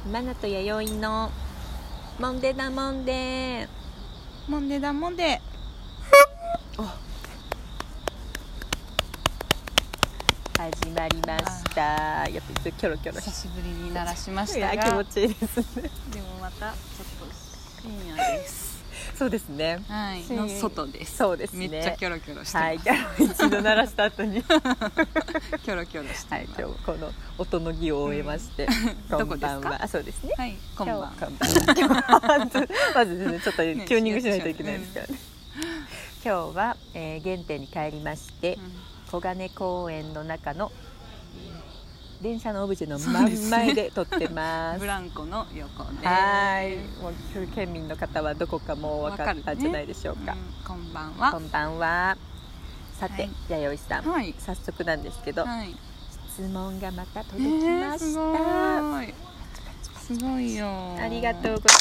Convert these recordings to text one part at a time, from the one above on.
マナと弥生のモンデだモンデモンデだモンデ。 始まりました。やっぱりキョロキョロ久しぶりに鳴らしましたが、 いや気持ちいいですね。 でもまたちょっと深夜です。 そうですね。 はい。の外です。 そうですね。 めっちゃキョロキョロしてます。 はい。一度鳴らした後にキョロキョロしてはい。 ます。 今日この音の儀を終えまして、こんばんは。あ、そうですね。 はい。こんばんは。 こんばんは。まずですね、ちょっとチューニングしないといけないですからね。今日は、原点に帰りまして、小金公園の中の電車のオブジェの真ん前で撮ってます。 ブランコの横で。 はい。もう県民の方はどこかもう分かったんじゃないでしょうか。 こんばんは。 こんばんは。さて、弥生さん、早速なんですけど、質問がまた届きました。 すごいよ。 ありがとうございます。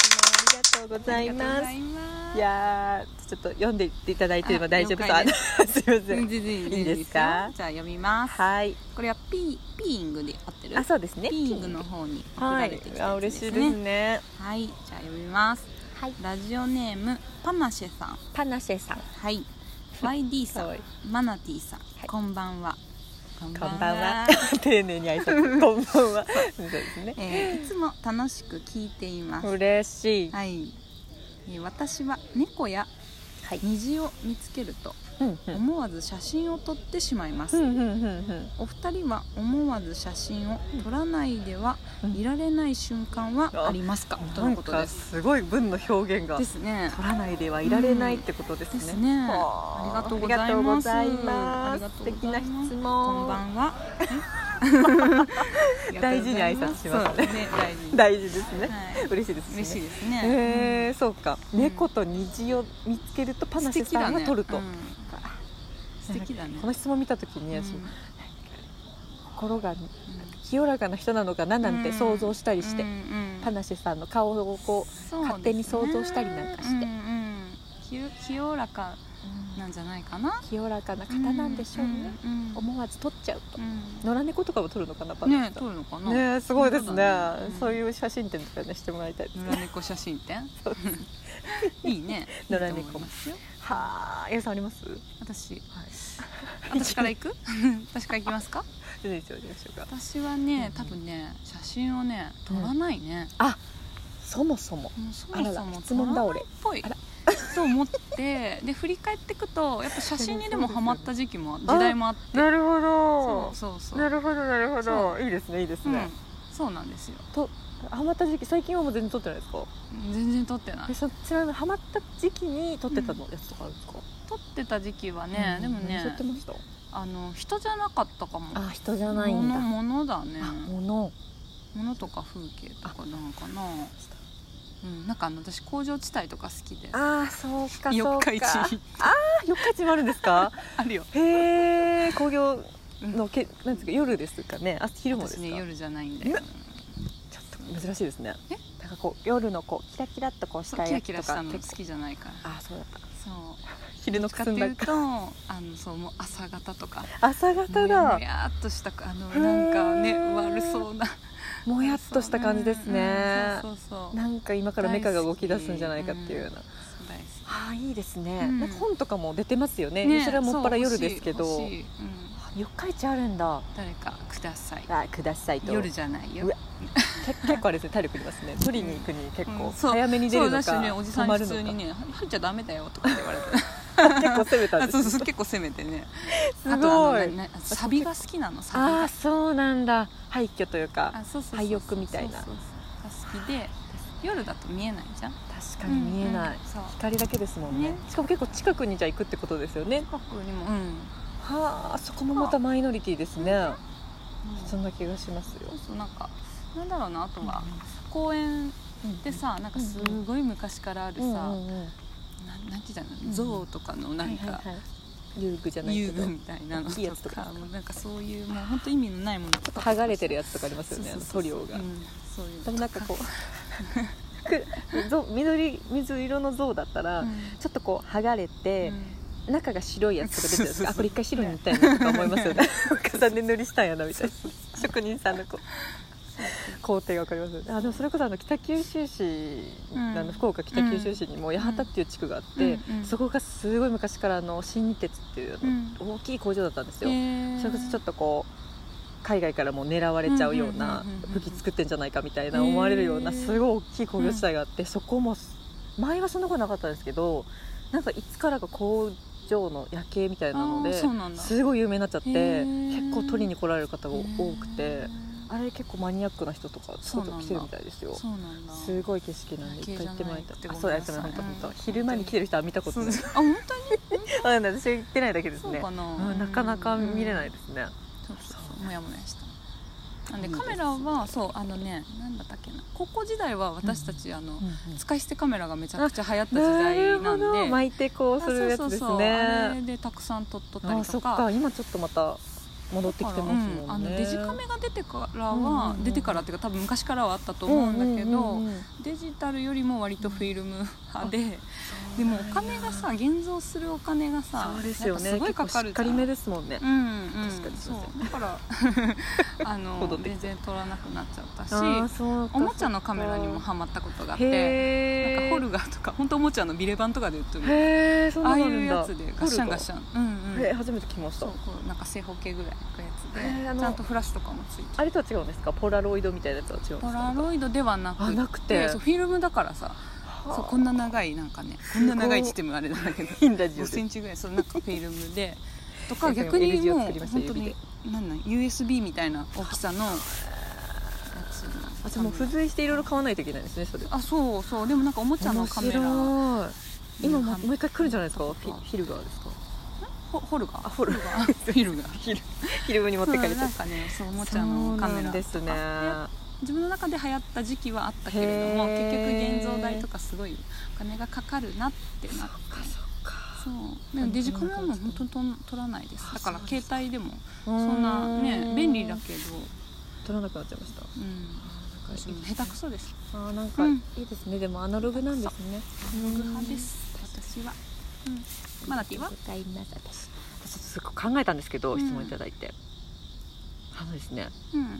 ありがとうございます。いやちょっと読んでいただいてれば大丈夫か。すいません。いいですか。 じゃあ読みます。 はい。 これはピーイングで合ってる？ あ、そうですね。 ピーイングの方に送られてきたやつですね。 嬉しいですね。 はい。じゃあ読みます。はい。ラジオネームパナシェさん。 パナシェさん。 はい。YD さん、マナティさん、こんばんは。 こんばんは。丁寧に挨拶。こんばんは。そうですね。 いつも楽しく聞いています。 嬉しい。 はい。私は猫や虹を見つけると思わず写真を撮ってしまいます。お二人は思わず写真を撮らないではいられない瞬間はありますか？とのことです。 すごい文の表現がですね。 撮らないではいられないってことですね。 ですね。ありがとうございます。 素敵な質問。 こんばんは。 大事に挨拶しますね。大事ですね。嬉しいですね。 嬉しいですね。 そうか。猫と虹を見つけるとパナシェさんが撮ると。 素敵だね。 この質問見たときに心が清らかな人なのかななんて想像したりして、パナシェさんの顔をこう勝手に想像したりなんかして、 清らかなんじゃないかな。 清らかな方なんでしょうね。思わず撮っちゃうと。野良猫とかも撮るのかな、パナシェさん。 撮るのかな。 ね、すごいですね。そういう写真展とかねしてもらいたいですね。 野良猫写真展。いいね。 野良猫。はあ、エイさんあります？ 私から行く？私から行きますか？私はね、多分ね、写真をね撮らないね。 あ、そもそも質問倒れっぽいと思って、で振り返っていくとやっぱ写真にでもハマった時期も時代もあって。 なるほど。 そうなるほどなるほど。いいですねいいですね。 そうなんですよ。 ハマった時期、最近はもう全然撮ってないですか？ 全然撮ってない。 ちなみにハマった時期に撮ってたのやつとかあるんですか？ 撮ってた時期はね、でもね、 撮ってました？ 人じゃなかったかも。 あ、人じゃないんだ。 物だね。 物とか風景とかなんかな。なんか私工場地帯とか好きで。 ああ、そうか四日市。 ああ、四日市もあるんですか？ あるよ。 へえ、工業のなんですか、夜ですかね？あ、昼もですか？ 私ね、夜じゃないんだよ。 ちょっと珍しいですね。なんかこう夜のこうキラキラっとこうしたやつとかキラキラしたの好きじゃないから。 あ、そうだった。 そう。 昼のくすんだかそうもう朝方とか。 朝方だ。 もやっとしたなんかね、悪そうな。 もやっとした感じですね。 そう。 なんか今からメカが動き出すんじゃないかっていうような。ああ、いいですね。なんか本とかも出てますよね。それはもっぱら夜ですけど。四日市あるんだ。 誰かください。 あ、くださいと。 夜じゃないよ。 結構あれですね、体力いりますね。取りに行くに結構早めに出るのか。 そうだしね、おじさん普通にね、入っちゃダメだよとかって言われて。 結構攻めたんです。 そう結構攻めてね。 すごい。 サビが好きなの。 ああ、そうなんだ。廃墟というか廃屋みたいな。が好きで、夜だと見えないじゃん。 確かに見えない。光だけですもんね。しかも結構近くにじゃ行くってことですよね。 近くにも。 はあ、そこもまたマイノリティですね。そんな気がしますよ。 なんかなんだろうな、あとは公園でさ、なんかすごい昔からあるさ、なんて言ったの、象とかのなんか遊具じゃないけど、 遊具みたいなのとか、もうなんかそういうもう本当意味のないものとか、 剥がれてるやつとかありますよね、塗料が。 そういう。 でもなんかこう水色の象だったらちょっとこう剥がれて。中が白いやつとか出てるんですか？あ、これ一回白に塗ったやなとか思いますよね。重ね塗りしたんやなみたいな。職人さんのこう工程が分かります。でもそれこそ北九州市、福岡北九州市にも八幡っていう地区があって、そこがすごい昔から新日鉄っていう大きい工場だったんですよ。それこそちょっとこう海外からも狙われちゃうような武器作ってんじゃないかみたいな思われるようなすごい大きい工業地帯があって、そこも前はそんなことなかったんですけど、なんかいつからか工場の夜景みたいなのですごい有名になっちゃって、結構撮りに来られる方が多くて、あれ結構マニアックな人とかちょっと来てるみたいですよ。すごい景色なんで一回行ってもらいたい。そうですね、本当昼間に来てる人は見たことない。 あ、本当に私は行ってないだけですね。なかなか見れないですね。 もやもやした。なんでカメラはそうなんだったっけな、高校時代は私たち使い捨てカメラがめちゃくちゃ流行った時代なんで、 巻いてこうするやつですね。 あれでたくさん撮っとったりとか。 そっか、今ちょっとまた戻ってきてますもんね。 デジカメが出てから出てからっていうか多分昔からはあったと思うんだけど、デジタルよりも割とフィルム派で、でもお金がさ、現像するお金がさ、 そうですよね、 すごいかかるじゃん。 しっかりめですもんね。確かにそうだから全然撮らなくなっちゃったし、おもちゃのカメラにもハマったことがあって、なんかホルガーとか本当おもちゃのビレ版とかで売ってる、ああいうやつでガッシャンガッシャン、 初めて聞きました。 なんか正方形ぐらいのやつで、ちゃんとフラッシュとかもついて、 あれとは違うんですか？ポラロイドみたいなやつは違うんですか？ ポラロイドではなくて、フィルムだからさ、そうこんな長いなんかね、こんな長いって言ってもあれなんだけど5センチぐらい、そうなんかフィルムでとか逆にもう本当にUSB みたいな大きさのやつ。 じゃあもう付随していろいろ買わないといけないですね、それ。 そうでもなんかおもちゃのカメラ、 今もう一回来るんじゃないですか？フィルガーですか？ ホルガー、 フィルムに持ってかれて、 なんかね、そうおもちゃのカメラですね。 自分の中で流行った時期はあったけれども、結局現像代とかすごいお金がかかるなってなって、そうでもデジカメはもう本当に撮らないです。だから携帯でもそんなね、便利だけど撮らなくなっちゃいました。 下手くそです。 なんかいいですね。でもアナログなんですね。 アナログ派です、私は。マナティは？ 私すごい考えたんですけど、質問いただいて、ですね、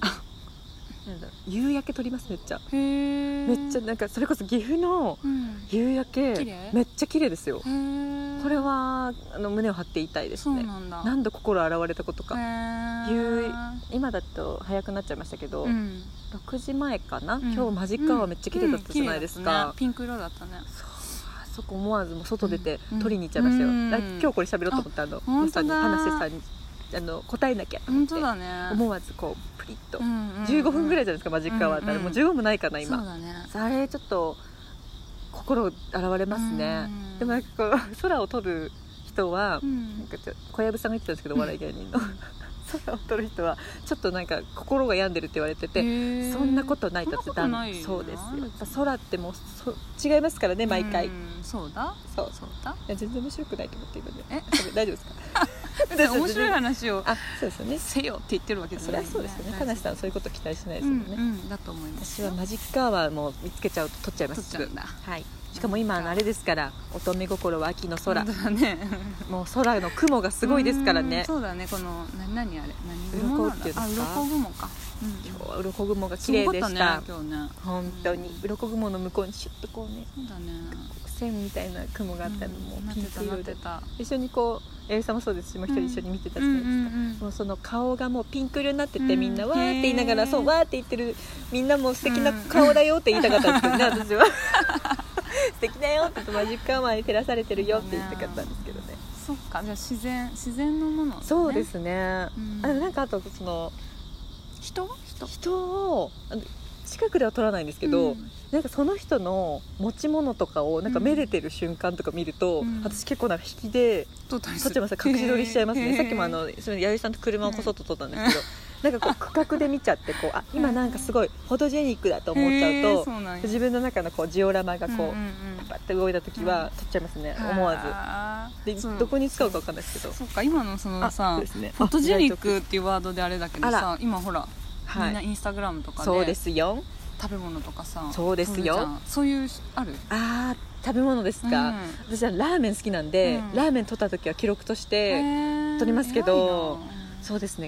夕焼け撮ります。めっちゃなんかそれこそ岐阜の夕焼け、めっちゃ綺麗ですよ。これは胸を張って言いたいですね。何度心洗われたことか。今だと早くなっちゃいましたけど、6時前かな、今日マジックアワーめっちゃ綺麗だったじゃないですか。 ピンク色だったね。 そこ思わずも外出て撮りに行っちゃいましたよ。今日これ喋ろうと思ってマスターに話してさんに答えなきゃと思って、思わずこうプリッと15分ぐらいじゃないですか、マジックアワーって。もう15分ないかな今。あれちょっと心洗われますね。でもなんかこう空を撮る人は、なんか小籔さんが言ってたんですけど、お笑い芸人の空を撮る人はちょっとなんか心が病んでるって言われてて、そんなことないとってたんです。そうです。やっぱ空ってもう違いますからね、毎回。 そうだ。 いや全然面白くないと思っているので、大丈夫ですか？ 面白い話をそうですよね、 せよって言ってるわけですね。 そうですよね。田無さんそういうこと期待しないですもんね。 だと思います。 私はマジックアワーも見つけちゃうと撮っちゃいます。はい。しかも今あれですから、乙女心は秋の空。もう空の雲がすごいですからね。 そうだね。この何あれ、 鱗っていうんですか？ 鱗雲か。 今日は鱗雲が綺麗でした。本当に鱗雲の向こうにシュッとこうね、線みたいな雲があったのもピンク色で、一緒にこう八重さんもそうですし、もう一人一緒に見てたじゃないですか。もうその顔がもうピンク色になってて、みんなわーって言いながら、そうわーって言ってるみんなも素敵な顔だよって言いたかったんですけどね、私は素敵だよって言って、マジックアワーに照らされてるよって言いたかったんですけどね。 そっか、じゃあ自然のもの、 そうですね。なんかあとその人を近くでは撮らないんですけど、なんかその人の持ち物とかをなんかめでてる瞬間とか見ると、私結構なんか引きで撮っちゃいます。隠し撮りしちゃいますね。さっきも弥生さんと車をこそっと撮ったんですけど、なんかこう区画で見ちゃって、こう今なんかすごいフォトジェニックだと思っちゃうと、自分の中のこうジオラマがこうバッて動いた時は撮っちゃいますね、思わず。でどこに使うか分かんないですけど。 そっか、今のそのさ、フォトジェニックっていうワードであれだけどさ、今ほらみんなインスタグラムとかで、 そうですよ、 食べ物とかさ、 そうですよ、 そういうある？ 食べ物ですか？私はラーメン好きなんで、ラーメン撮った時は記録として撮りますけど、そうですね、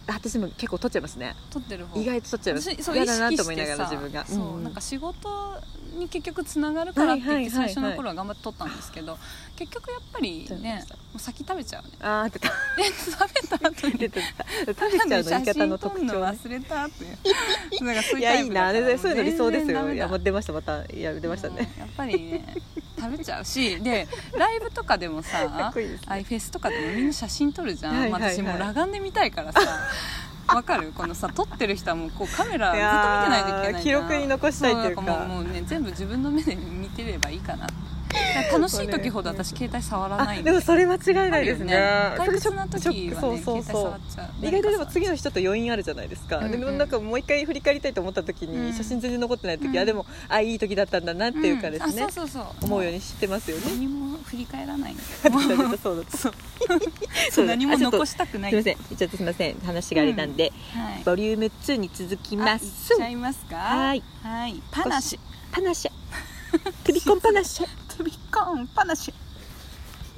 私も結構撮っちゃいますね。 撮ってる方意外と撮っちゃいます。嫌だなと思いながら自分がそうなんか仕事に結局つながるからって言って最初の頃は頑張って撮ったんですけど、結局やっぱりねもう先食べちゃうね。 あーって食べた後に食べちゃうの言い方の特徴、 写真撮るの忘れたってなんかそういういやタイプだからいいな、そういうの理想ですよ。 いや出ました、また出ましたね。 やっぱりね食べちゃうし、でライブとかでもさかっこいいですね。 フェスとかでもみんな写真撮るじゃん、 はいはいはい私もう裸眼で見たいからさわかるこのさ撮ってる人はもうこうカメラずっと見てないといけない記録に残したいっていうか、 もうね全部自分の目で見てればいいかな。楽しい時ほど私携帯触らないんでもそれ間違いないですね。 退屈な時はねそう携帯触っちゃう。 意外とでも次の人と余韻あるじゃないですか。でもなんかもう一回振り返りたいと思った時に写真全然残ってない時はでもいい時だったんだなっていうかですね、思うように知ってますよね。 何も振り返らないんだそうだったそう何も残したくない。 すみません、ちょっとすみません、話があれなんでボリューム2に続きます。 いっちゃいますか。はいパナッシュトゥビコンパナッシュトゥビコンパナッシュ